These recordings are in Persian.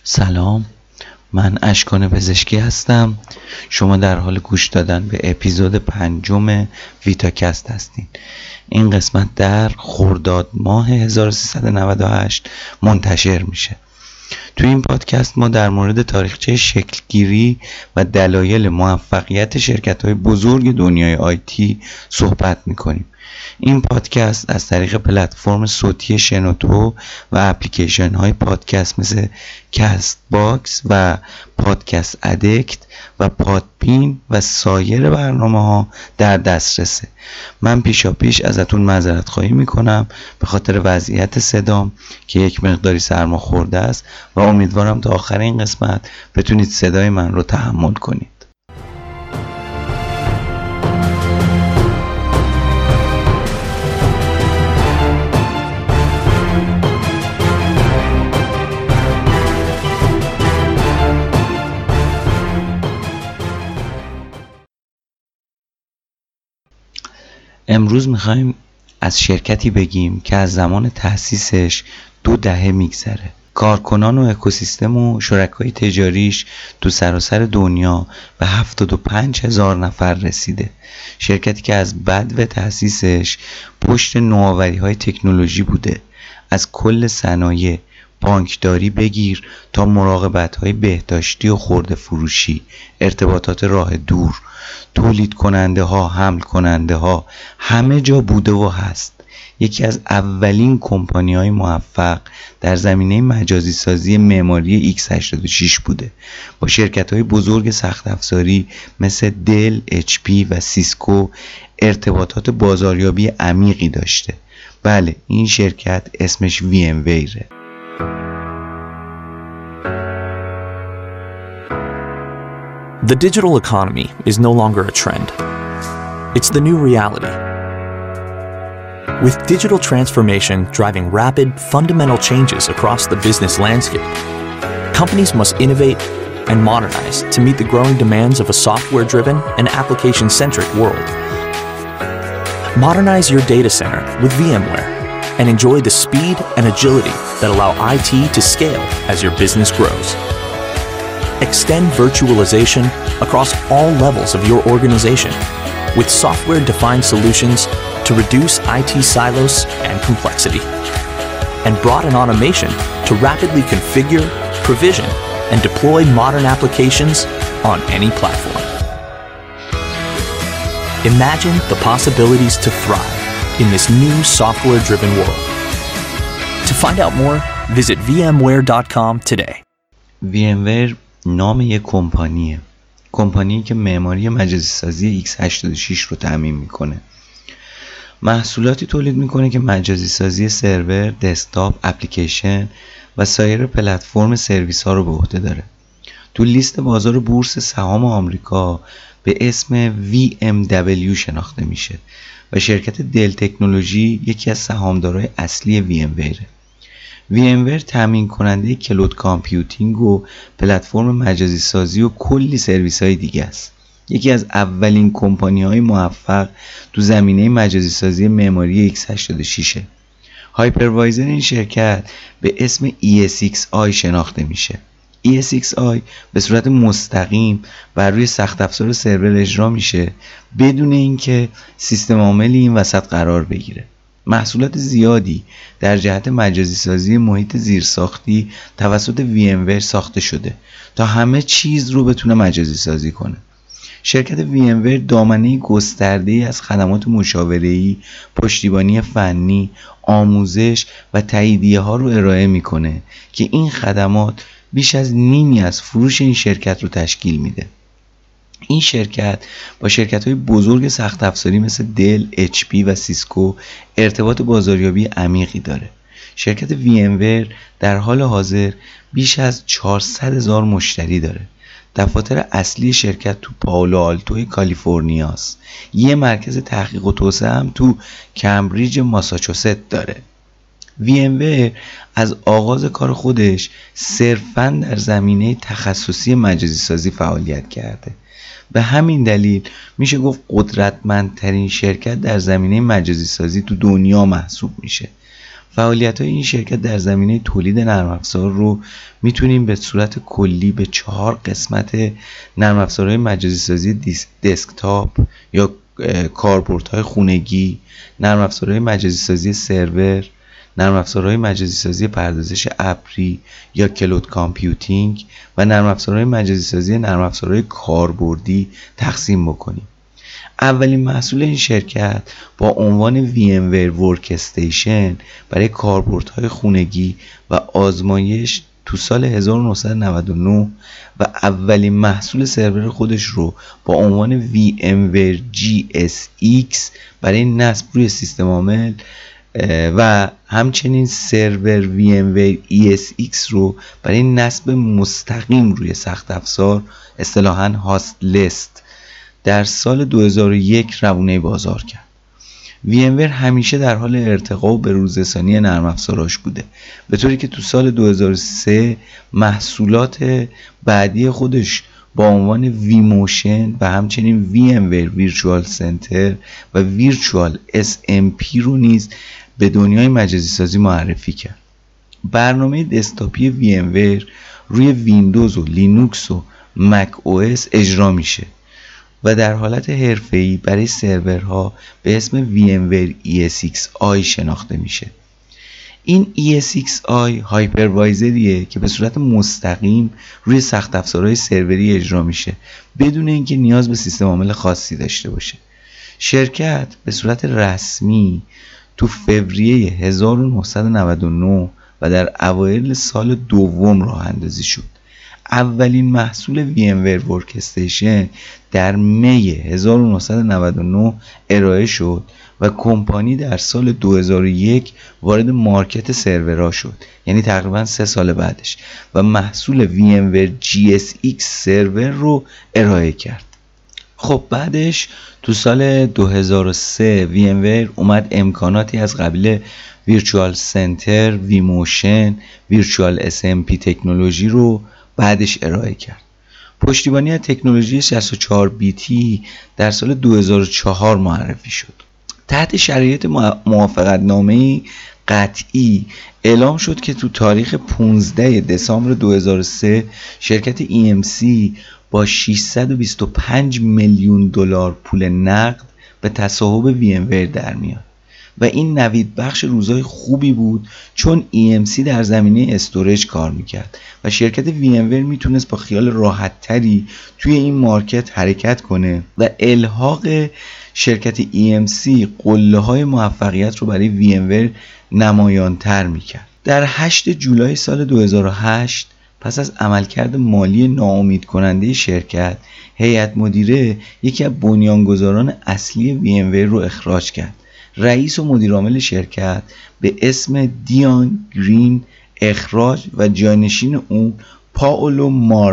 سلام، من اشکان پزشکی هستم. شما در حال گوش دادن به اپیزود 5 ویتاکست هستین. این قسمت در خرداد ماه 1398 منتشر میشه. تو این پادکست ما در مورد تاریخچه شکلگیری و دلایل موفقیت شرکت‌های بزرگ دنیای آیتی صحبت میکنیم. این پادکست از طریق پلتفرم صوتی شنوتو و اپلیکیشن های پادکست مثل کست باکس و پادکست ادکت و پادبین و سایر برنامه ها در دسترسه. من پیشاپیش ازتون معذرت خواهی میکنم به خاطر وضعیت صدام که یک مقداری سرما خورده است و امیدوارم تا آخر این قسمت بتونید صدای من رو تحمل کنید. امروز میخوایم از شرکتی بگیم که از زمان تأسیسش 2 دهه میگذره. کارکنان و اکوسیستم و شرکای تجاریش تو سراسر دنیا به 75,000 نفر رسیده. شرکتی که از بدو تأسیسش پشت نوآوری‌های تکنولوژی بوده. از کل صنایع، بانکداری بگیر تا مراقبت‌های بهداشتی و خرده فروشی، ارتباطات راه دور، تولید کننده ها، حمل کننده ها، همه جا بوده و هست. یکی از اولین کمپانی های موفق در زمینه مجازی سازی معماری x86 بوده. با شرکت های بزرگ سخت افزاری مثل دل، اچ پی و سیسکو ارتباطات بازاریابی عمیقی داشته. بله، این شرکت اسمش VMware. The digital economy is no longer a trend. It's the new reality. With digital transformation driving rapid, fundamental changes across the business landscape, companies must innovate and modernize to meet the growing demands of a software-driven and application-centric world. Modernize your data center with VMware and enjoy the speed and agility that allow IT to scale as your business grows. Extend virtualization across all levels of your organization with software-defined solutions to reduce IT silos and complexity, and broaden automation to rapidly configure, provision, and deploy modern applications on any platform. Imagine the possibilities to thrive in this new software-driven world. To find out more, visit vmware.com today. VMware نام یک کمپانی که معماری مجازی سازی x86 رو تامین میکنه. محصولاتی تولید میکنه که مجازی سازی سرور، دسکتاپ، اپلیکیشن و سایر پلتفرم سرویس ها رو به عهده داره. تو لیست بازار بورس سهام آمریکا به اسم VMW شناخته میشه و شرکت دل تکنولوژی یکی از سهامدارای اصلی VMware. VMware تامین کننده کلود کامپیوتینگ و پلتفرم مجازی سازی و کلی سرویس های دیگه است. یکی از اولین کمپانی های موفق تو زمینه مجازی سازی معماری x86. هایپروایزر این شرکت به اسم ESXi شناخته میشه. ESXi به صورت مستقیم بر روی سخت افزار سرور اجرا میشه بدون اینکه سیستم عاملی این وسط قرار بگیره. محصولات زیادی در جهت مجازی سازی محیط زیرساختی توسط VMware ساخته شده تا همه چیز رو بتونه مجازی سازی کنه. شرکت VMware دامنه گسترده‌ای از خدمات مشاوره‌ای، پشتیبانی فنی، آموزش و تاییدیه ها رو ارائه میکنه که این خدمات بیش از نیمی از فروش این شرکت رو تشکیل میده. این شرکت با شرکت‌های بزرگ سخت افزاری مثل دل، اچ پی و سیسکو ارتباط بازاریابی عمیقی داره. شرکت VMware در حال حاضر بیش از 400,000 مشتری داره. دفاتر اصلی شرکت تو پائولو آلتو کالیفرنیا است. یه مرکز تحقیق و توسعه هم تو کمبریج ماساچوست داره. VMware از آغاز کار خودش صرفاً در زمینه تخصصی مجازی سازی فعالیت کرده. به همین دلیل میشه گفت قدرتمندترین شرکت در زمینه مجازی سازی تو دنیا محسوب میشه فعالیت‌های این شرکت در زمینه تولید نرم افزار رو میتونیم به صورت کلی به 4 قسمت نرم افزارهای مجازی سازی دسکتاپ یا کاربردهای خونگی، نرم افزارهای مجازی سازی سرور، نرم افزارهای مجازی سازی پردازش ابری یا کلود کامپیوتینگ و نرم افزارهای مجازی سازی نرم افزارهای کاربردی تقسیم بکنیم. اولین محصول این شرکت با عنوان VMware Workstation برای کاربردهای خونگی و آزمایش تو سال 1999 و اولین محصول سرور خودش رو با عنوان VMware GSX برای نصب روی سیستم عامل و همچنین سرور VMware ESX رو برای نصب مستقیم روی سخت افزار اصطلاحاً هاستلست در سال 2001 روونه بازار کرد. VMware همیشه در حال ارتقا و بروزرسانی نرم افزاراش بوده، به طوری که تو سال 2003 محصولات بعدی خودش با عنوان vMotion و همچنین VMware Virtual Center و Virtual SMP رو نیز به دنیای مجازی سازی معرفی کرد. برنامه دسکتاپی VMware روی ویندوز و لینوکس و مک OS اجرا میشه و در حالت حرفه‌ای برای سرورها به اسم VMware ESXi شناخته میشه. این ESXi هایپروایزریه که به صورت مستقیم روی سخت افزارهای سروری اجرا میشه بدون اینکه نیاز به سیستم عامل خاصی داشته باشه. شرکت به صورت رسمی تو فوریه 1999 و در اوایل سال دوم راه اندازی شد. اولین محصول VMware Workstation در می 1999 ارائه شد و کمپانی در سال 2001 وارد مارکت سرورها شد، یعنی تقریبا 3 سال بعدش، و محصول VMware GSX سرور رو ارائه کرد. خب بعدش تو سال 2003 VMware اومد امکاناتی از قبیل Virtual Center، vMotion، Virtual SMP تکنولوژی رو بعدش ارائه کرد. پشتیبانی از تکنولوژی 64 بیتی در سال 2004 معرفی شد. تحت شرایط موافقتنامه قطعی اعلام شد که تو تاریخ 15 دسامبر 2003 شرکت EMC با 625 میلیون دلار پول نقد به تصاحب VMware در میاد و این نوید بخش روزای خوبی بود، چون EMC در زمینه استوریج کار میکرد و شرکت VMware میتونست با خیال راحت تری توی این مارکت حرکت کنه و الحاق شرکت EMC قله های موفقیت رو برای VMware نمایانتر میکرد. در 8 جولای سال 2008 پس از عملکرد مالی ناامید کننده شرکت، هیئت مدیره یکی از بنیانگذاران اصلی VMware رو اخراج کرد. رئیس و مدیر عامل شرکت به اسم دیان گرین اخراج و جانشین اون پائولو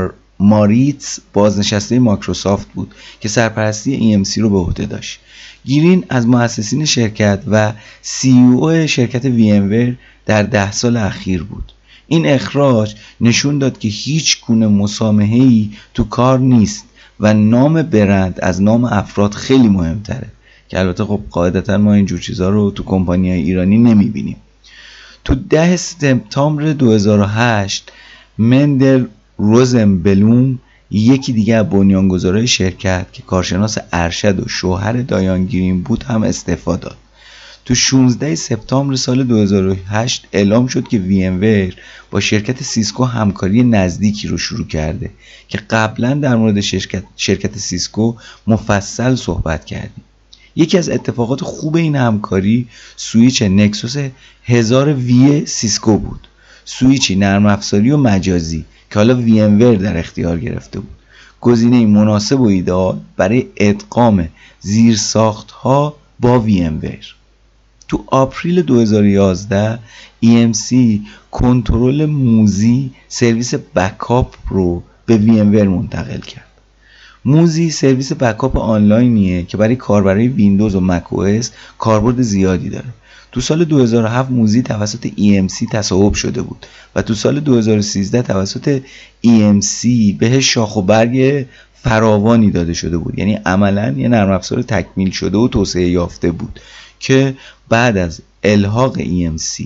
ماریتس بازنشسته مایکروسافت بود که سرپرستی EMC رو به عهده داشت. گرین از مؤسسین شرکت و CEO شرکت VMware در 10 سال اخیر بود. این اخراج نشون داد که هیچ گونه مسامحه‌ای تو کار نیست و نام برند از نام افراد خیلی مهمتره، که البته خب قاعدتا ما اینجور چیزا رو تو کمپانی‌های ایرانی نمیبینیم. تو 10 سپتامبر 2008 مندل روزنبلوم، یکی دیگه از بنیانگذارای شرکت که کارشناس ارشد و شوهر دایان گرین بود، هم استعفا داد. تو 16 سپتامبر سال 2008 اعلام شد که VMware با شرکت سیسکو همکاری نزدیکی رو شروع کرده که قبلا در مورد شرکت سیسکو مفصل صحبت کردیم. یکی از اتفاقات خوب این همکاری سویچ نکسوس 1000 وی سیسکو بود. سویچی نرم افزاری و مجازی که حالا VMware در اختیار گرفته بود. گزینه مناسب و ایدئال برای ادغام زیرساخت‌ها با VMware. تو آپریل 2011 EMC کنترل موزی سرویس بکاپ رو به VMware منتقل کرد. موزی سرویس بکاپ آنلاینیه که برای کاربرای ویندوز و مک OS کاربرد زیادی داره. تو سال 2007 موزی توسط EMC تصاحب شده بود و تو سال 2013 توسط EMC بهش شاخ و برگ فراوانی داده شده بود. یعنی عملاً یه نرم افزار تکمیل شده و توسعه یافته بود که بعد از الحاق EMC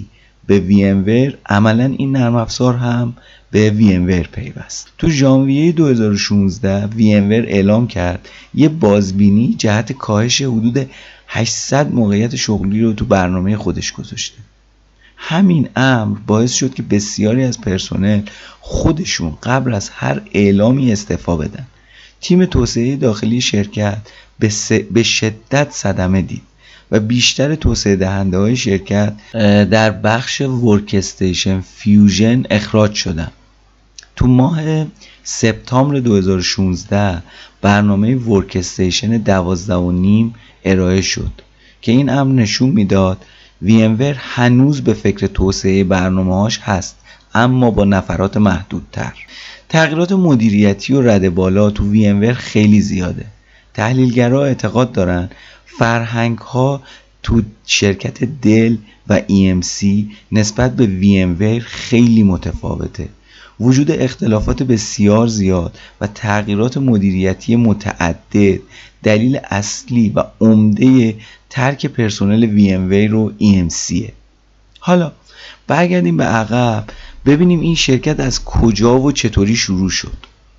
به VMware، عملا این نرم افزار هم به VMware پیوست. تو ژانویه 2016 VMware اعلام کرد یه بازبینی جهت کاهش حدود 800 موقعیت شغلی رو تو برنامه خودش گذاشته. همین امر باعث شد که بسیاری از پرسنل خودشون قبل از هر اعلامی استعفا بدن. تیم توسعه داخلی شرکت به شدت صدمه دید و بیشتر توسعه دهنده های شرکت در بخش ورکستیشن فیوژن اخراج شدند. تو ماه سپتامبر 2016 برنامه ورکستیشن 12.5 ارائه شد که این امر نشون میداد VMware هنوز به فکر توسعه برنامه‌هاش هست، اما با نفرات محدودتر. تغییرات مدیریتی و رده بالا تو VMware خیلی زیاده. تحلیلگرها اعتقاد دارن فرهنگ‌ها تو شرکت دل و EMC نسبت به VMware خیلی متفاوته. وجود اختلافات بسیار زیاد و تغییرات مدیریتی متعدد دلیل اصلی و عمده ترک پرسنل VMware و EMCه. حالا برگردیم به عقب ببینیم این شرکت از کجا و چطوری شروع شد.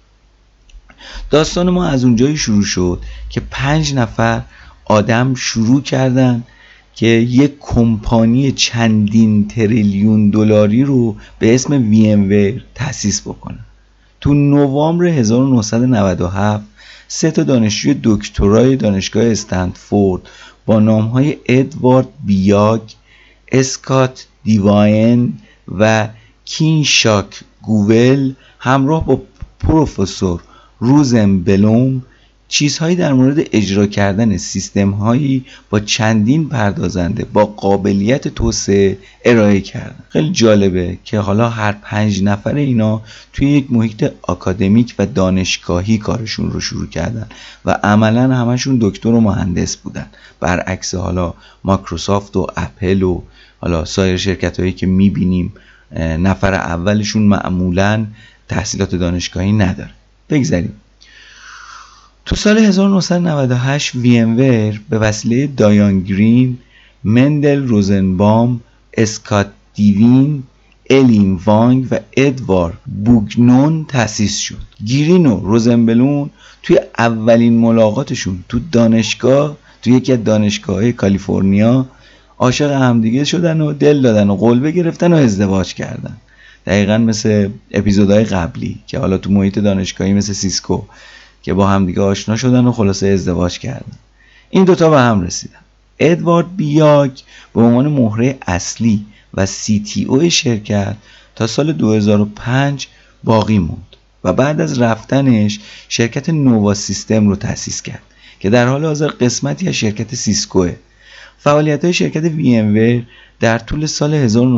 داستان ما از اونجایی شروع شد که 5 نفر آدم شروع کردن که یک کمپانی چندین تریلیون دلاری رو به اسم VMware تأسیس بکنن. تو نوامبر 1997 3 دانشجوی دکترای دانشگاه استنفورد با نام‌های ادوارد بیاگ، اسکات دیواین و کینشاک گوول همراه با پروفسور روزنبلوم چیزهایی در مورد اجرا کردن سیستم‌هایی با چندین پردازنده با قابلیت توسعه ارائه کردن. خیلی جالبه که حالا هر 5 نفر اینا توی یک محیط آکادمیک و دانشگاهی کارشون رو شروع کردن و عملاً همشون دکتر و مهندس بودن، برعکس حالا مایکروسافت و اپل و حالا سایر شرکت‌هایی که می‌بینیم نفر اولشون معمولاً تحصیلات دانشگاهی نداره. بگذاریم. تو سال 1998 VMware به وسیله دایان گرین، مندل روزنبام، اسکات دیوین، الین وانگ و ادوارد بوگنون تأسیس شد. گرین و روزنبلون توی اولین ملاقاتشون تو دانشگاه، تو یکی از دانشگاه‌های کالیفرنیا عاشق همدیگه شدن و دل دادن و قلبه گرفتن و ازدواج کردن. دقیقاً مثل اپیزودهای قبلی که حالا تو محیط دانشگاهی مثل سیسکو که با همدیگه آشنا شدن و خلاصه ازدواج کردن. این دوتا به هم رسیدن. ادوارد بیاگ به عنوان مهره اصلی و CTO شرکت تا سال 2005 باقی موند و بعد از رفتنش شرکت نووا سیستم رو تأسیس کرد که در حال حاضر قسمتی از شرکت سیسکوه. فعالیت‌های شرکت VMware در طول سال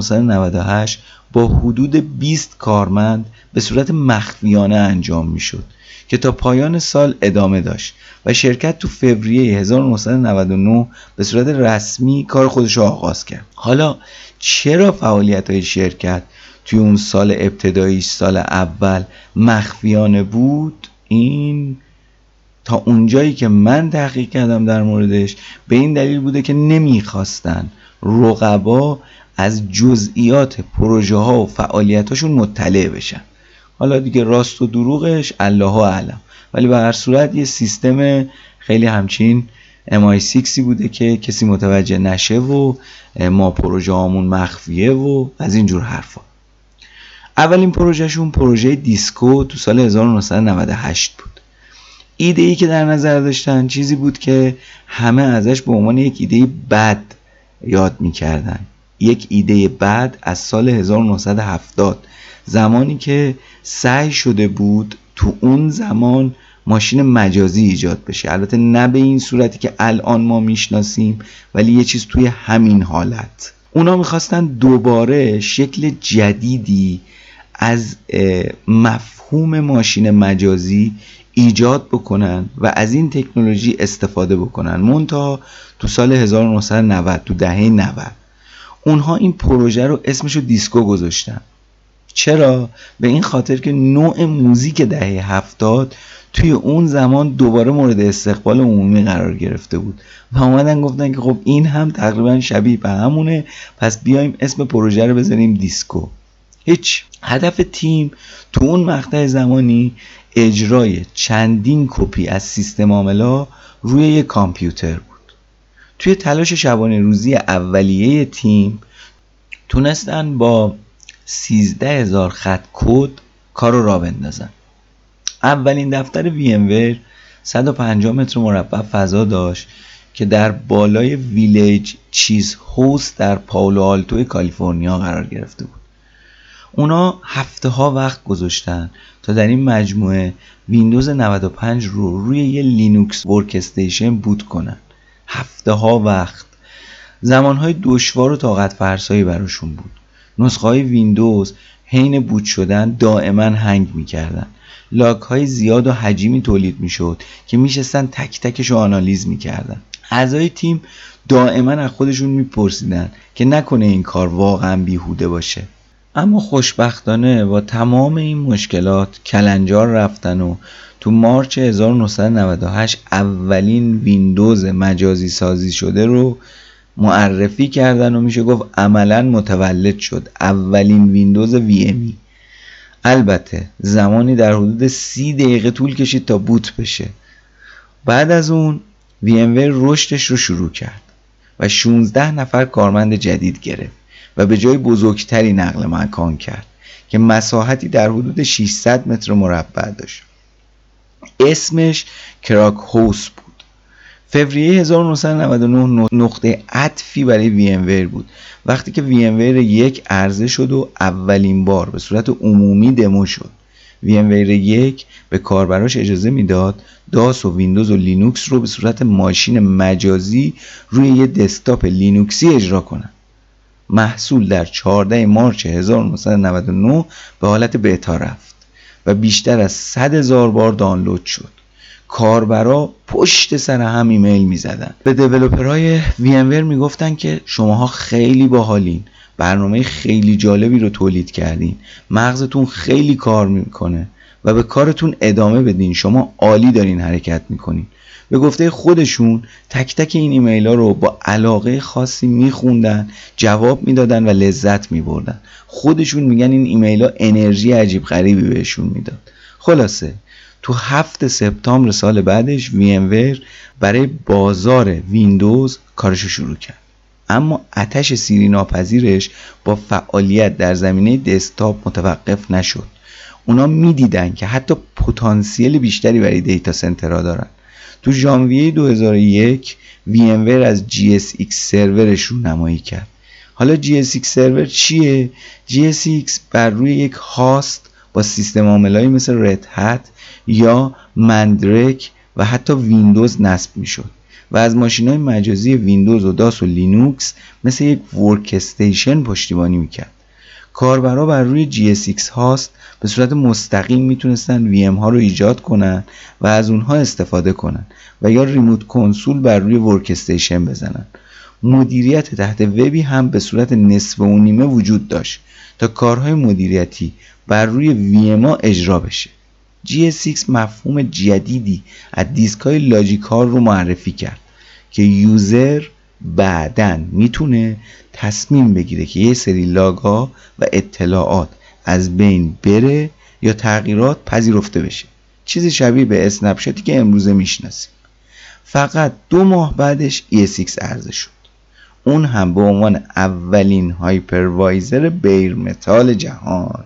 1998 با حدود 20 کارمند به صورت مخفیانه انجام می‌شد که تا پایان سال ادامه داشت و شرکت تو فوریه 1999 به صورت رسمی کار خودش رو آغاز کرد. حالا چرا فعالیت‌های شرکت توی اون سال ابتدایی، سال اول مخفیانه بود؟ این تا اونجایی که من تحقیق کردم در موردش به این دلیل بوده که نمیخواستن رقبا از جزئیات پروژه ها و فعالیت هاشون مطلع بشن. حالا دیگه راست و دروغش الله اعلم، ولی به هر صورت یه سیستم خیلی همچین MI6 بوده که کسی متوجه نشه و ما پروژه هامون مخفیه و از اینجور حرفا. اولین پروژهشون پروژه دیسکو تو سال 1998 بود. ایده ای که در نظر داشتن چیزی بود که همه ازش به عنوان یک ایده بد یاد میکردن. یک ایده بد از سال 1970، زمانی که سعی شده بود تو اون زمان ماشین مجازی ایجاد بشه. البته نه به این صورتی که الان ما میشناسیم، ولی یه چیز توی همین حالت. اونا میخواستن دوباره شکل جدیدی از مفهوم ماشین مجازی ایجاد بکنن و از این تکنولوژی استفاده بکنن. منتها تو سال 1990، تو دهه 90 اونها این پروژه رو اسمشو دیسکو گذاشتن. چرا؟ به این خاطر که نوع موزیک دهه 70 توی اون زمان دوباره مورد استقبال عمومی قرار گرفته بود و اومدن گفتن که خب این هم تقریبا شبیه به همونه، پس بیایم اسم پروژه رو بذاریم دیسکو. هیچ. هدف تیم تو اون مقطع زمانی اجرای چندین کپی از سیستم عاملا روی یک کامپیوتر بود. توی تلاش شبانه روزی اولیه تیم تونستن با 13,000 خط کد کار رو راه بندازن. اولین دفتر VMware 150 متر مربع فضا داشت که در بالای ویلیج چیز هوست در پائلو آلتو کالیفرنیا قرار گرفته بود. اونا هفته ها وقت گذاشتن تا در این مجموعه ویندوز 95 رو روی یه لینوکس ورک استیشن بوت کنن. هفته ها وقت. زمانهای دشوار و طاقت فرسایی براشون بود. نسخه های ویندوز حین بوت شدن دائما هنگ میکردن. لاگ های زیاد و حجیمی تولید میشد که میشستن تک تکش رو آنالیز میکردن. اعضای تیم دائما از خودشون میپرسیدن که نکنه این کار واقعا بیهوده باشه. اما خوشبختانه با تمام این مشکلات کلنجار رفتن و تو مارچ 1998 اولین ویندوز مجازی سازی شده رو معرفی کردن و میشه گفت عملاً متولد شد. اولین ویندوز VME. البته زمانی در حدود 30 دقیقه طول کشید تا بوت بشه. بعد از اون VMware رشدش رو شروع کرد و 16 نفر کارمند جدید گرفت و به جای بزرگتری نقل مکان کرد که مساحتی در حدود 600 متر مربع داشت. اسمش کراک هاوس بود. فوریه 1999 نقطه عطفی برای VMware بود، وقتی که VMware 1 عرضه شد و اولین بار به صورت عمومی دمو شد. VMware 1 به کاربراش اجازه میداد داس و ویندوز و لینوکس رو به صورت ماشین مجازی روی یه دسکتاپ لینوکسی اجرا کنن. محصول در 14 مارچ 1999 به حالت بتا رفت و بیشتر از 100,000 بار دانلود شد. کاربرا پشت سر هم ایمیل میزدن. به دیولپرهای VMware میگفتن که شماها خیلی باحالین، برنامه خیلی جالبی رو تولید کردین، مغزتون خیلی کار میکنه و به کارتون ادامه بدین، شما عالی دارین حرکت میکنین. به گفته خودشون تک تک این ایمیل ها رو با علاقه خاصی میخوندن، جواب میدادن و لذت میبردن. خودشون میگن این ایمیل ها انرژی عجیب غریبی بهشون میداد. خلاصه تو 7 سپتامبر سال بعدش VMware برای بازار ویندوز کارشو شروع کرد. اما آتش سیری ناپذیرش با فعالیت در زمینه دسکتاپ متوقف نشد. اونا میدیدن که حتی پتانسیل بیشتری برای دیتا سنترها دارن. تو ژانویه 2001 VMware از GSX سرورش رو نمایی کرد. حالا GSX سرور چیه؟ GSX بر روی یک هاست با سیستم عاملایی مثل رد هت یا مندرک و حتی ویندوز نصب می شد و از ماشین‌های مجازی ویندوز و داس و لینوکس مثل یک ورک استیشن پشتیبانی می کرد. کاربرا بر روی GSX هاست به صورت مستقیم میتونستن VM ها رو ایجاد کنن و از اونها استفاده کنن و یا ریموت کنسول بر روی ورک استیشن بزنن. مدیریت تحت وبی هم به صورت نصف و نیمه وجود داشت تا کارهای مدیریتی بر روی VM ها اجرا بشه. GSX مفهوم جدیدی از دیسک‌های لاجیکال رو معرفی کرد که یوزر بعدن میتونه تصمیم بگیره که یه سری لاگ‌ها و اطلاعات از بین بره یا تغییرات پذیرفته بشه. چیزی شبیه به اسنپشاتی که امروزه میشناسیم. فقط 2 ماه بعدش ESX عرضه شد. اون هم به عنوان اولین هایپروایزر بیر متال جهان.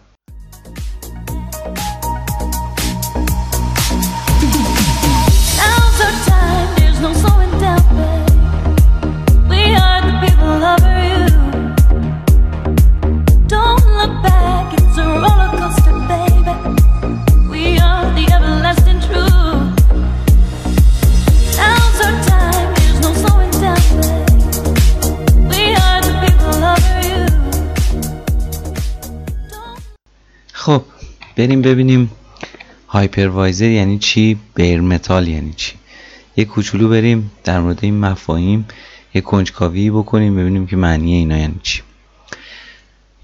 خب بریم ببینیم هایپروایزر یعنی چی، بیر متال یعنی چی. یه کوچولو بریم در مورد این مفاهیم یه کنجکاوی بکنیم ببینیم که معنی اینا یعنی چی.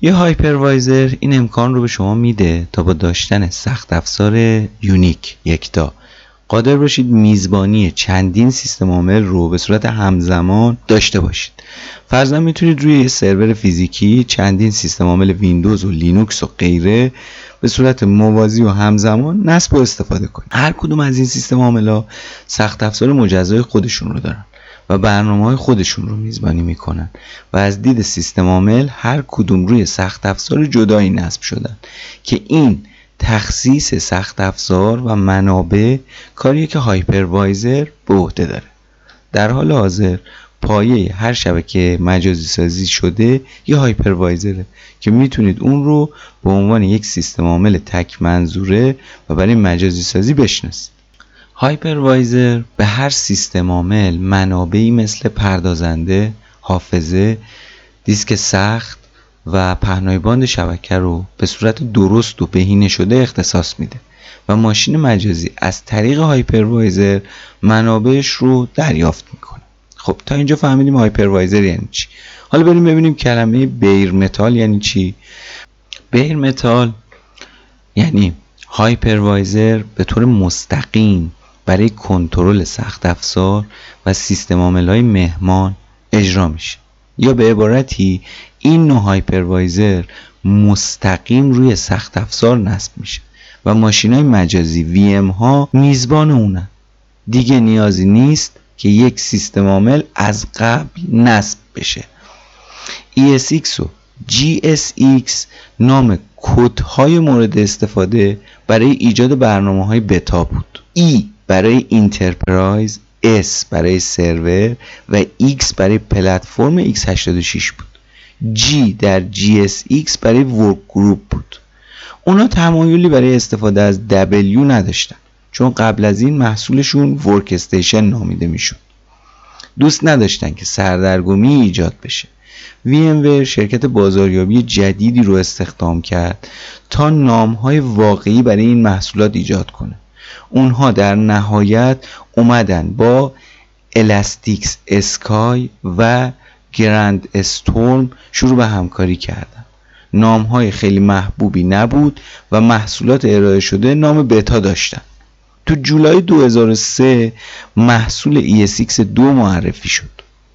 یه هایپروایزر این امکان رو به شما میده تا با داشتن سخت افزار یونیک یکتا قادر باشید میزبانی چندین سیستم عامل رو به صورت همزمان داشته باشید. فرضاً میتونید روی یه سرور فیزیکی چندین سیستم عامل ویندوز و لینوکس و غیره به صورت موازی و همزمان نصب و استفاده کنید. هر کدوم از این سیستم عامل‌ها سخت افزار مجزای خودشون رو دارن و برنامه‌های خودشون رو میزبانی میکنن و از دید سیستم عامل هر کدوم روی سخت افزار جدایی نصب شدن که این تخصیص سخت افزار و منابع کاریه که هایپروایزر به عهده داره. در حال حاضر پایه هر شبکه مجازی سازی شده یه هایپروایزره که میتونید اون رو به عنوان یک سیستم عامل تک منظوره و برای مجازی سازی بشناسید. هایپروایزر به هر سیستم عامل منابعی مثل پردازنده، حافظه، دیسک سخت و پهنای باند شبکه رو به صورت درست و بهینه شده اختصاص میده و ماشین مجازی از طریق هایپروایزر منابعش رو دریافت میکنه. خب تا اینجا فهمیدیم هایپروایزر یعنی چی. حالا بریم ببینیم کلمه بیر متال یعنی چی. بیر متال یعنی هایپروایزر به طور مستقیم برای کنترل سخت افزار و سیستم عامل‌های مهمان اجرا میشه، یا به عبارتی این نوع هایپروایزر مستقیم روی سخت افزار نصب میشه و ماشین‌های مجازی VM ها میزبان اونن. دیگه نیازی نیست که یک سیستم عامل از قبل نصب بشه. ESX و GSX نام کدهای مورد استفاده برای ایجاد برنامه‌های بتا بود. E برای انترپرایز، S برای سرور و X برای پلتفرم x86 بود. G در GSX برای ورک گروپ بود. اونا تمایلی برای استفاده از W نداشتن چون قبل از این محصولشون ورک استیشن نامیده میشد. دوست نداشتن که سردرگمی ایجاد بشه. VMware شرکت بازاریابی جدیدی رو استخدام کرد تا نام‌های واقعی برای این محصولات ایجاد کنه. اونها در نهایت اومدن با الاستیکس اسکای و گرند استورم شروع به همکاری کردن. نام‌های خیلی محبوبی نبود و محصولات ارائه شده نام بتا داشتن. تو جولای 2003 محصول ESX 2 معرفی شد.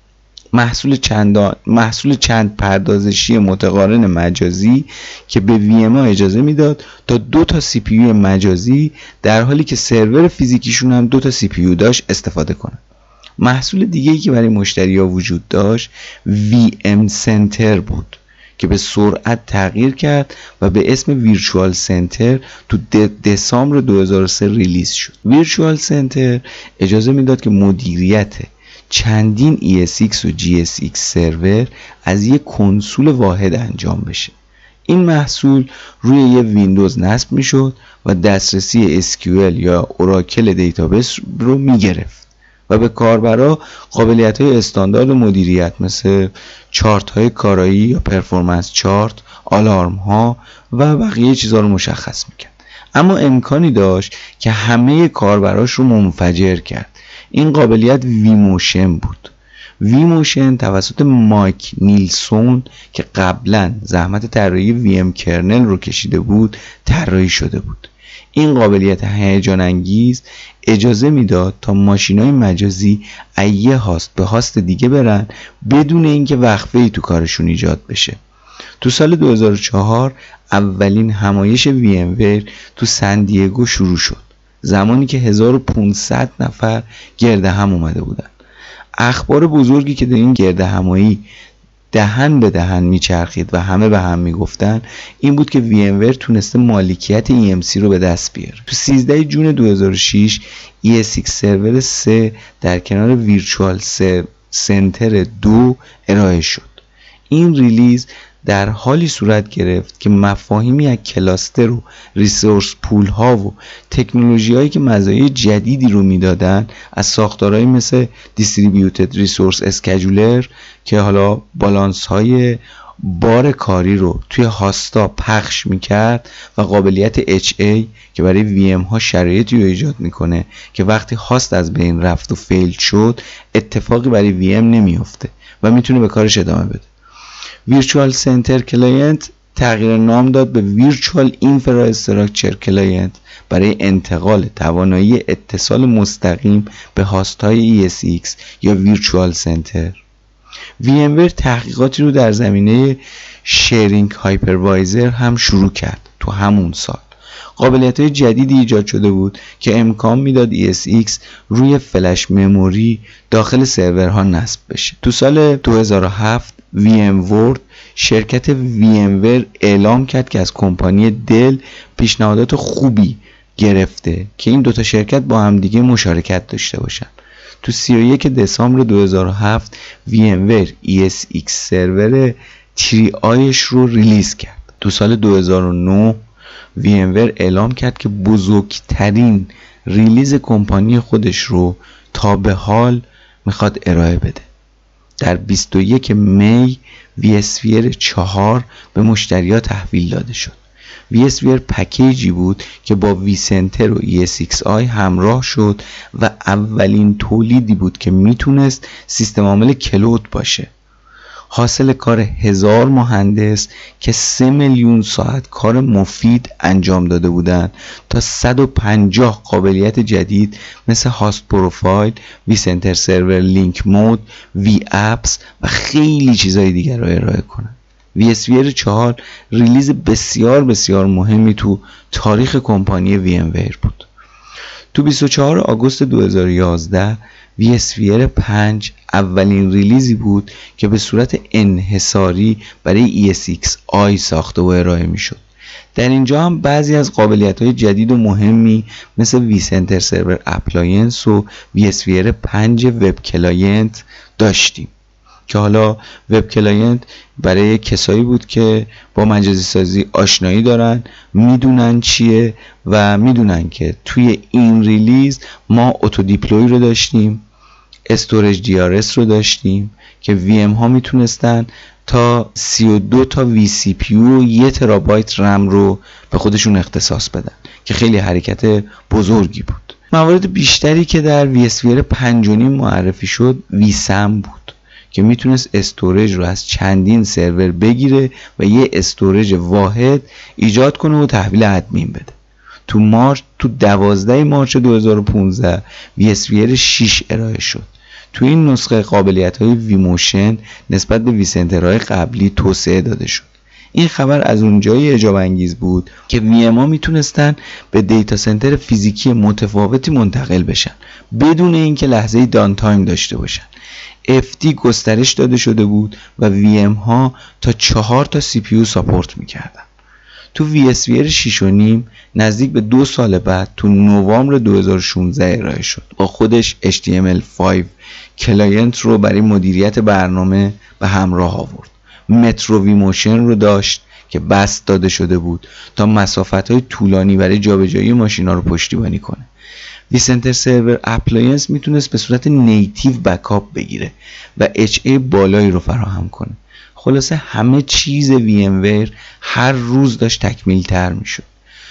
محصول چند پردازشی متقارن مجازی که به VM ها اجازه میداد تا 2 تا CPU مجازی در حالی که سرور فیزیکیشون هم 2 تا CPU داشت استفاده کنن. محصول دیگه‌ای که برای مشتری‌ها وجود داشت VM سنتر بود که به سرعت تغییر کرد و به اسم ویرچوال سنتر تو دسامبر 2003 ریلیز شد. ویرچوال سنتر اجازه میداد که مدیریت چندین ESX و GSX سرور از یک کنسول واحد انجام بشه. این محصول روی یه ویندوز نصب میشد و دسترسی SQL یا اوراکل دیتابیس رو میگرفت و به کاربرا قابلیت‌های استاندارد مدیریت مثل چارت‌های کارایی یا پرفورمنس چارت، آلارم‌ها و بقیه چیزا رو مشخص میکرد. اما امکانی داشت که همه کاربراش رو منفجر کرد. این قابلیت ویموشن بود. ویموشن توسط مایک نیلسون که قبلا زحمت طراحی VM کرنل رو کشیده بود طراحی شده بود. این قابلیت هیجان انگیز اجازه میداد تا ماشین‌های مجازی از یه هاست به هاست دیگه برن بدون اینکه وقفه‌ای تو کارشون ایجاد بشه. تو سال 2004 اولین همایش VMware تو سن دیگو شروع شد، زمانی که 1500 نفر گرد هم اومده بودن. اخبار بزرگی که در این گرد همایی دهن به دهن میچرخید و همه به هم میگفتن این بود که VMware تونسته مالکیت EMC رو به دست بیاره. تو 13 جون 2006 ESX سرور 3 در کنار ویرچوال سنتر 2 ارائه شد. این ریلیز در حالی صورت گرفت که مفاهیمی از کلاستر و ریسورس پول ها و تکنولوژی هایی که مزایای جدیدی رو میدادن از ساختارهایی مثل دیستریبیوتد ریسورس اسکیجولر که حالا بالانس های بار کاری رو توی هاستا پخش میکرد و قابلیت HA که برای VM ها شرایطی رو ایجاد میکنه که وقتی هاست از بین رفت و فیل شد اتفاقی برای VM نمیفته و میتونه به کارش ادامه بده. ویرچوال سنتر کلاینت تغییر نام داد به Virtual Infrastructure Client برای انتقال توانایی اتصال مستقیم به هاست‌های ESX یا Virtual Center. VMware تحقیقاتی رو در زمینه شیرینگ هایپروایزر هم شروع کرد. تو همون سال قابلیت‌های جدیدی ایجاد شده بود که امکان میداد ESX روی فلش مموری داخل سرورها نصب بشه. تو سال 2007 VMworld شرکت VMware اعلام کرد که از کمپانی دل پیشنهادات خوبی گرفته که این دوتا شرکت با هم دیگه مشارکت داشته باشن. تو 31 دسامبر 2007 VMware ESX سرور 3i رو ریلیز کرد. تو سال 2009 VMware اعلام کرد که بزرگترین ریلیز کمپانی خودش رو تا به حال میخواد ارائه بده. در 21 می vSphere 4 به مشتری‌ها تحویل داده شد. vSphere پکیجی بود که با vCenter و ESXi همراه شد و اولین تولیدی بود که میتونست سیستم عامل کلود باشه. حاصل کار 1000 مهندس که 3 میلیون ساعت کار مفید انجام داده بودند تا 150 قابلیت جدید مثل هاست پروفایل، vCenter سرور لینک مود، vApps و خیلی چیزای دیگر رو ارائه کنند. vSphere 4 ریلیز بسیار بسیار مهمی تو تاریخ کمپانی VMware بود. تو 24 آگوست 2011 vSphere 5 اولین ریلیزی بود که به صورت انحصاری برای ESXi ساخته و ارائه می شد. در اینجا هم بعضی از قابلیت‌های جدید و مهمی مثل vCenter سرور اپلاینس و vSphere 5 وب کلاینت داشتیم که حالا وب کلاینت برای کسایی بود که با مجازی سازی آشنایی دارن، میدونن چیه و میدونن که توی این ریلیز ما اوتو دیپلوی رو داشتیم، استوریج DRS رو داشتیم که VM ها میتونستن تا 32 تا vCPU و 1 ترابایت رم رو به خودشون اختصاص بدن که خیلی حرکت بزرگی بود. موارد بیشتری که در vSphere 5.5 معرفی شد vSAN بود که میتونست استوریج رو از چندین سرور بگیره و یه استوریج واحد ایجاد کنه و تحویل ادمین بده. تو 12 مارس 2015 vSphere 6 ارائه شد. تو این نسخه قابلیت‌های ویموشن نسبت به ویسنترهای قبلی توسعه داده شد. این خبر از اونجایی اعجاب انگیز بود که وی‌ام ها میتونستن به دیتا سنتر فیزیکی متفاوتی منتقل بشن بدون اینکه لحظه دان تایم داشته باشن. FT گسترش داده شده بود و VM ها تا 4 تا CPU ساپورت میکردن. تو vSphere 6.5 نزدیک به 2 سال بعد تو نوامبر 2016 ارائه شد. با خودش HTML5 کلاینت رو برای مدیریت برنامه به همراه آورد. مترو ویموشن رو داشت که بست داده شده بود تا مسافت‌های طولانی برای جابجایی ماشینا رو پشتیبانی کنه. vCenter سرور اپلاینس میتونست به صورت نیتیو بکاپ بگیره و HA بالایی رو فراهم کنه. خلاصه همه چیز VMware هر روز داشت تکمیل تر میشد.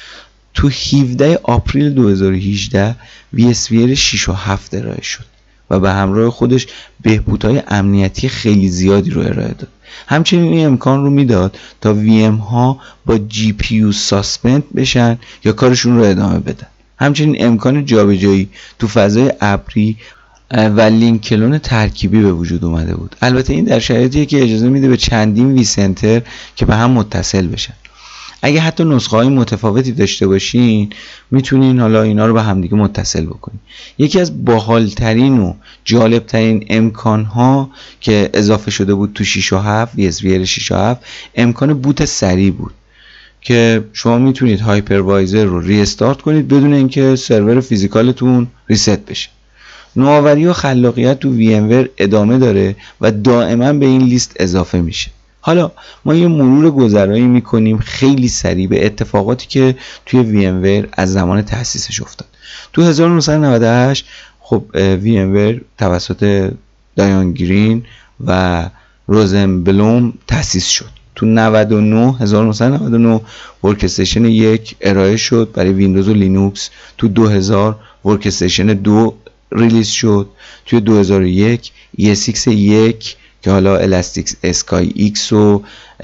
تو 17 آپریل 2018 vSphere 6 و 7 ارائه شد و به همراه خودش بهبودهای امنیتی خیلی زیادی رو ارائه داد. همچنین این امکان رو میداد تا VM ها با GPU ساسپند بشن یا کارشون رو ادامه بدن. همچنین امکان جابجایی تو فضای ابری و لینک کلون ترکیبی به وجود اومده بود. البته این در شرایطیه که اجازه میده به چندین ویسنتر که به هم متصل بشن. اگه حتی نسخه های متفاوتی داشته باشین میتونین حالا اینا رو به همدیگه متصل بکنین. یکی از باحالترین و جالبترین امکان ها که اضافه شده بود تو 6 و 7 vSphere 6 و 7 امکان بوت سریع بود که شما میتونید هایپروایزر رو ریستارت کنید بدون اینکه سرور فیزیکالتون ریست بشه. نوآوری و خلاقیت تو VMware ادامه داره و دائما به این لیست اضافه میشه. حالا ما یه مرور گذرایی میکنیم خیلی سریع به اتفاقاتی که توی VMware از زمان تأسیسش افتاد. تو 1998 خب VMware توسط دایان گرین و روزنبلوم تأسیس شد. تو 1999 ورکستیشن 1 ارائه شد برای ویندوز و لینوکس. تو 2000 ورکستیشن 2 ریلیز شد. توی 2001 ESX 1 که که حالا الاستیک اسکای ایکس و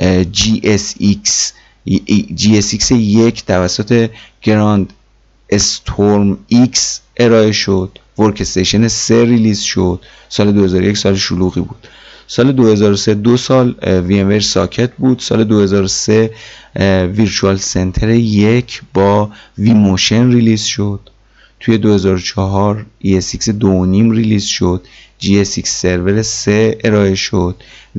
GSX 1 توسط گراند استورم ایکس ارائه شد. ورکستیشن 3 ریلیز شد. سال 2001 سال شلوغی بود. سال 2003 2 سال وی ام ویر ساکت بود. سال 2003 ویرچوال سنتر 1 با وی موشن ریلیز شد. توی 2004 ESX 2.5 ریلیز شد. GSX سرور 3 ارائه شد.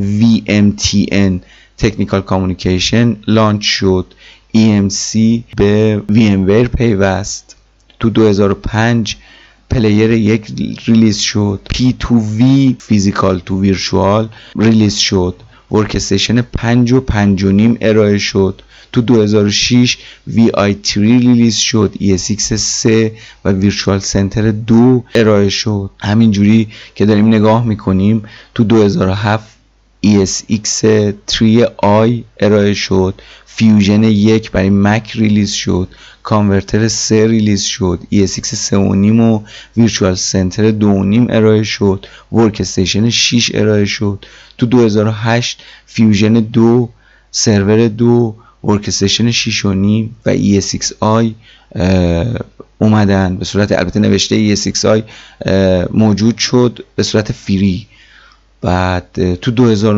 VMTN تکنیکال کامیونیکیشن لانچ شد. EMC به وی ام ویر پیوست. تو 2005 پلیر 1 ریلیز شد. P2V فیزیکال تو ویرچوال ریلیز شد. ورکستیشن 5 و 5.5 ارائه شد. تو 2006 VI3 ریلیز شد. ESX 3 و ویرچوال سنتر 2 ارائه شد. همینجوری که داریم نگاه میکنیم تو 2007 ESX 3i ارائه شد. فیوژن 1 برای مک ریلیز شد. کانورتر 3 ریلیز شد. ESX 3.5 و ویرچوال سنتر 2.5 ارائه شد. ورکستیشن 6 ارائه شد. تو 2008 فیوژن 2 سرور 2 ورکستیشن 6.5 و ESXi اومدن به صورت البته نوشته ESXi موجود شد به صورت فری. بعد تو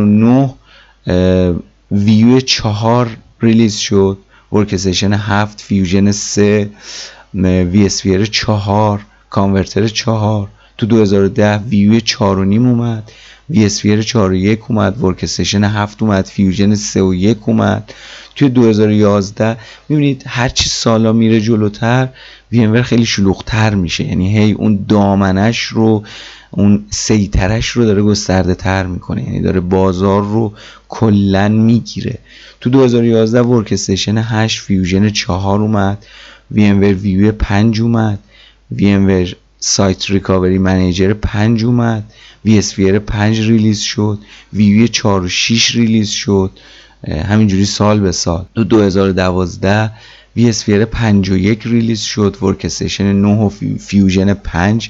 2009 ویو 4 ریلیز شد. ورکستیشن 7 فیوژن 3 وی اسفیر 4 کانورتر 4. تو 2010 ویو 4.5 اومد. وی اسفیر 4.1 اومد. ورکستیشن 7 اومد. فیوژن 3 و 1 اومد. توی 2011 میبینید هرچی سالا میره جلوتر وی ام ویر خیلی شلوغ‌تر میشه. یعنی هی اون دامنش رو اون سیطرش رو داره گسترده تر میکنه. یعنی داره بازار رو کلن میگیره. تو 2011 ورکستیشن 8 فیوژن 4 اومد. وی ام ویر ویو 5 اومد. وی ام ویر سایت ریکاوری منیجر 5 اومد. وی اسفیر 5 ریلیز شد. ویو 4 و 6 ریلیز شد. همینجوری سال به سال. تو 2012 وی اسفیر 5 و 1 ریلیز شد. ورکستیشن 9 و فیوژن 5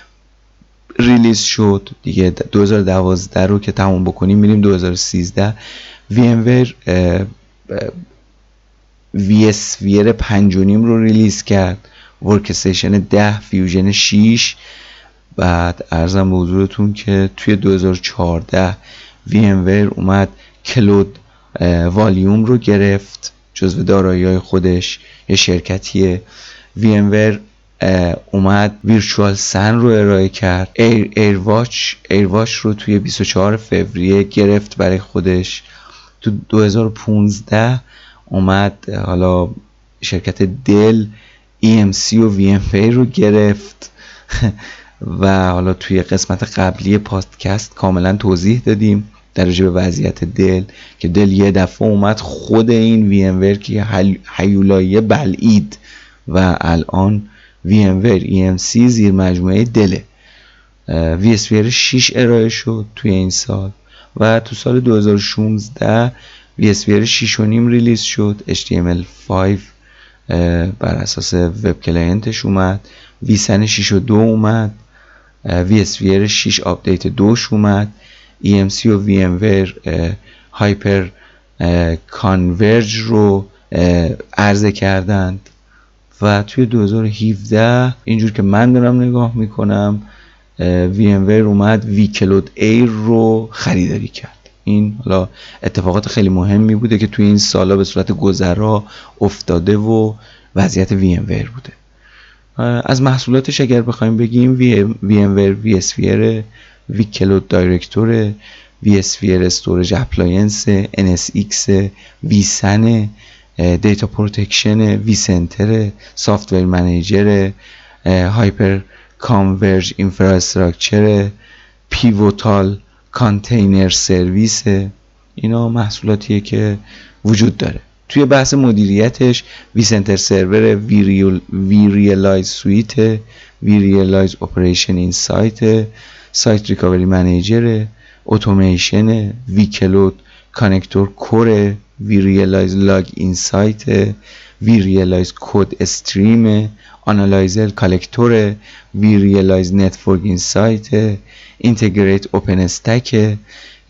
ریلیز شد. دیگه 2012 رو که تموم بکنیم میریم 2013 وی ام ویر وی اسفیر 5.5 رو ریلیز کرد. ورکستیشن 10 فیوژن 6. بعد عرضم به حضورتون که توی 2014 وی ام ویر اومد کلود والیوم رو گرفت جزو دارایی‌های خودش. یه شرکتیه. وی ام ویر اومد ویرچوال سن رو ارائه کرد. ایرواچ رو توی 24 فوریه گرفت برای خودش. تو 2015 اومد حالا شرکت دل EMC و VMware رو گرفت و حالا توی قسمت قبلی پادکست کاملا توضیح دادیم در رابطه به وضعیت دل که دل یه دفعه اومد خود این VMware که هیولایی بلعید و الان VMware EMC زیر مجموعه دله. vSphere 6 ارائه شد توی این سال و تو سال 2016 vSphere 6.5 ریلیز شد. HTML5 بر اساس وب کلاینتش اومد. vSAN 6.2 اومد. vSphere 6 آپدیت 2 اومد. EMC و VMware هایپر کانورج رو عرضه کردند و توی 2017 اینجور که من دارم نگاه میکنم VMware اومد ویکلود ایر رو خریداری کرد. این حالا اتفاقات خیلی مهمی بوده که توی این سالا به صورت گذرا افتاده و وضعیت VMware بوده. از محصولاتش اگر بخوایم بگیم VMware vSphere، ویکلود دایرکتور، vSphere استورج اپلاینس، NSX، vSAN، دیتا پروتکشن، vCenter، سافتور منیجر، هایپر کانورج اینفراستراکچر، پیوتال کانتینر سرویس. اینا محصولاتیه که وجود داره. توی بحث مدیریتش vCenter سرور، vRealize سویت، vRealize اپریشن اینسایت، سایت ریکاوری منیجر، اتوماسیون، ویکلود کانکتور کور، vRealize لاگ اینسایت، vRealize کد استریم، آنالایزر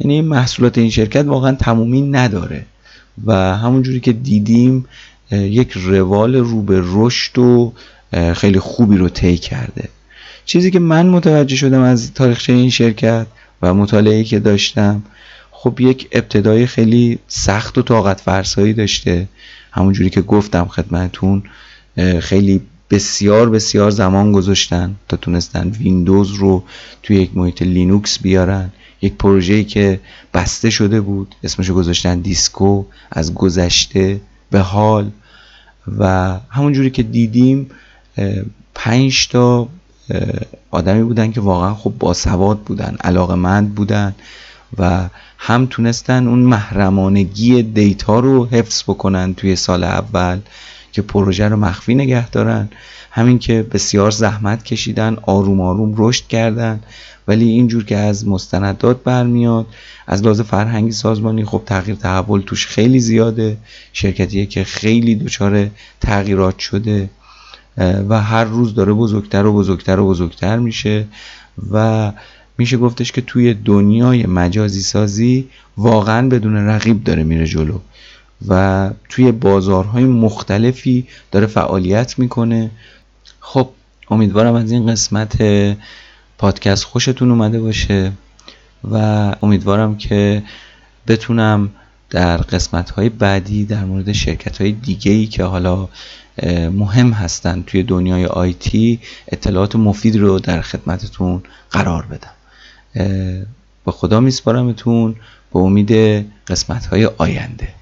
یعنی محصولات این شرکت واقعا تمومی نداره و همونجوری که دیدیم یک روال رو به رشد و خیلی خوبی رو طی کرده. چیزی که من متوجه شدم از تاریخچه این شرکت و مطالعه‌ای که داشتم، خب یک ابتدای خیلی سخت و طاقت فرسایی داشته. همونجوری که گفتم خدمتون، خیلی بسیار زمان گذاشتن تا تونستن ویندوز رو توی یک محیط لینوکس بیارن. یک پروژه‌ای که بسته شده بود، اسمشو گذاشتن دیسکو، از گذشته به حال. و همونجوری که دیدیم 5 تا آدمی بودن که واقعا خب باسواد بودن، علاقه‌مند بودن و هم تونستن اون محرمانگی دیتا رو حفظ بکنن توی سال اول که پروژه رو مخفی نگه دارن، همین که بسیار زحمت کشیدن، آروم آروم رشد کردن. ولی اینجور که از مستندات برمیاد، از لحاظ فرهنگی سازمانی خب تغییر تحول توش خیلی زیاده. شرکتیه که خیلی دچار تغییرات شده و هر روز داره بزرگتر میشه و میشه گفتش که توی دنیای مجازی سازی واقعا بدون رقیب داره میره جلو و توی بازارهای مختلفی داره فعالیت میکنه. خب امیدوارم از این قسمت پادکست خوشتون اومده باشه و امیدوارم که بتونم در قسمت‌های بعدی در مورد شرکت‌های دیگه‌ای که حالا مهم هستن توی دنیای آیتی اطلاعات مفید رو در خدمتتون قرار بدم. به خدا میسپارمتون به امید قسمت‌های آینده.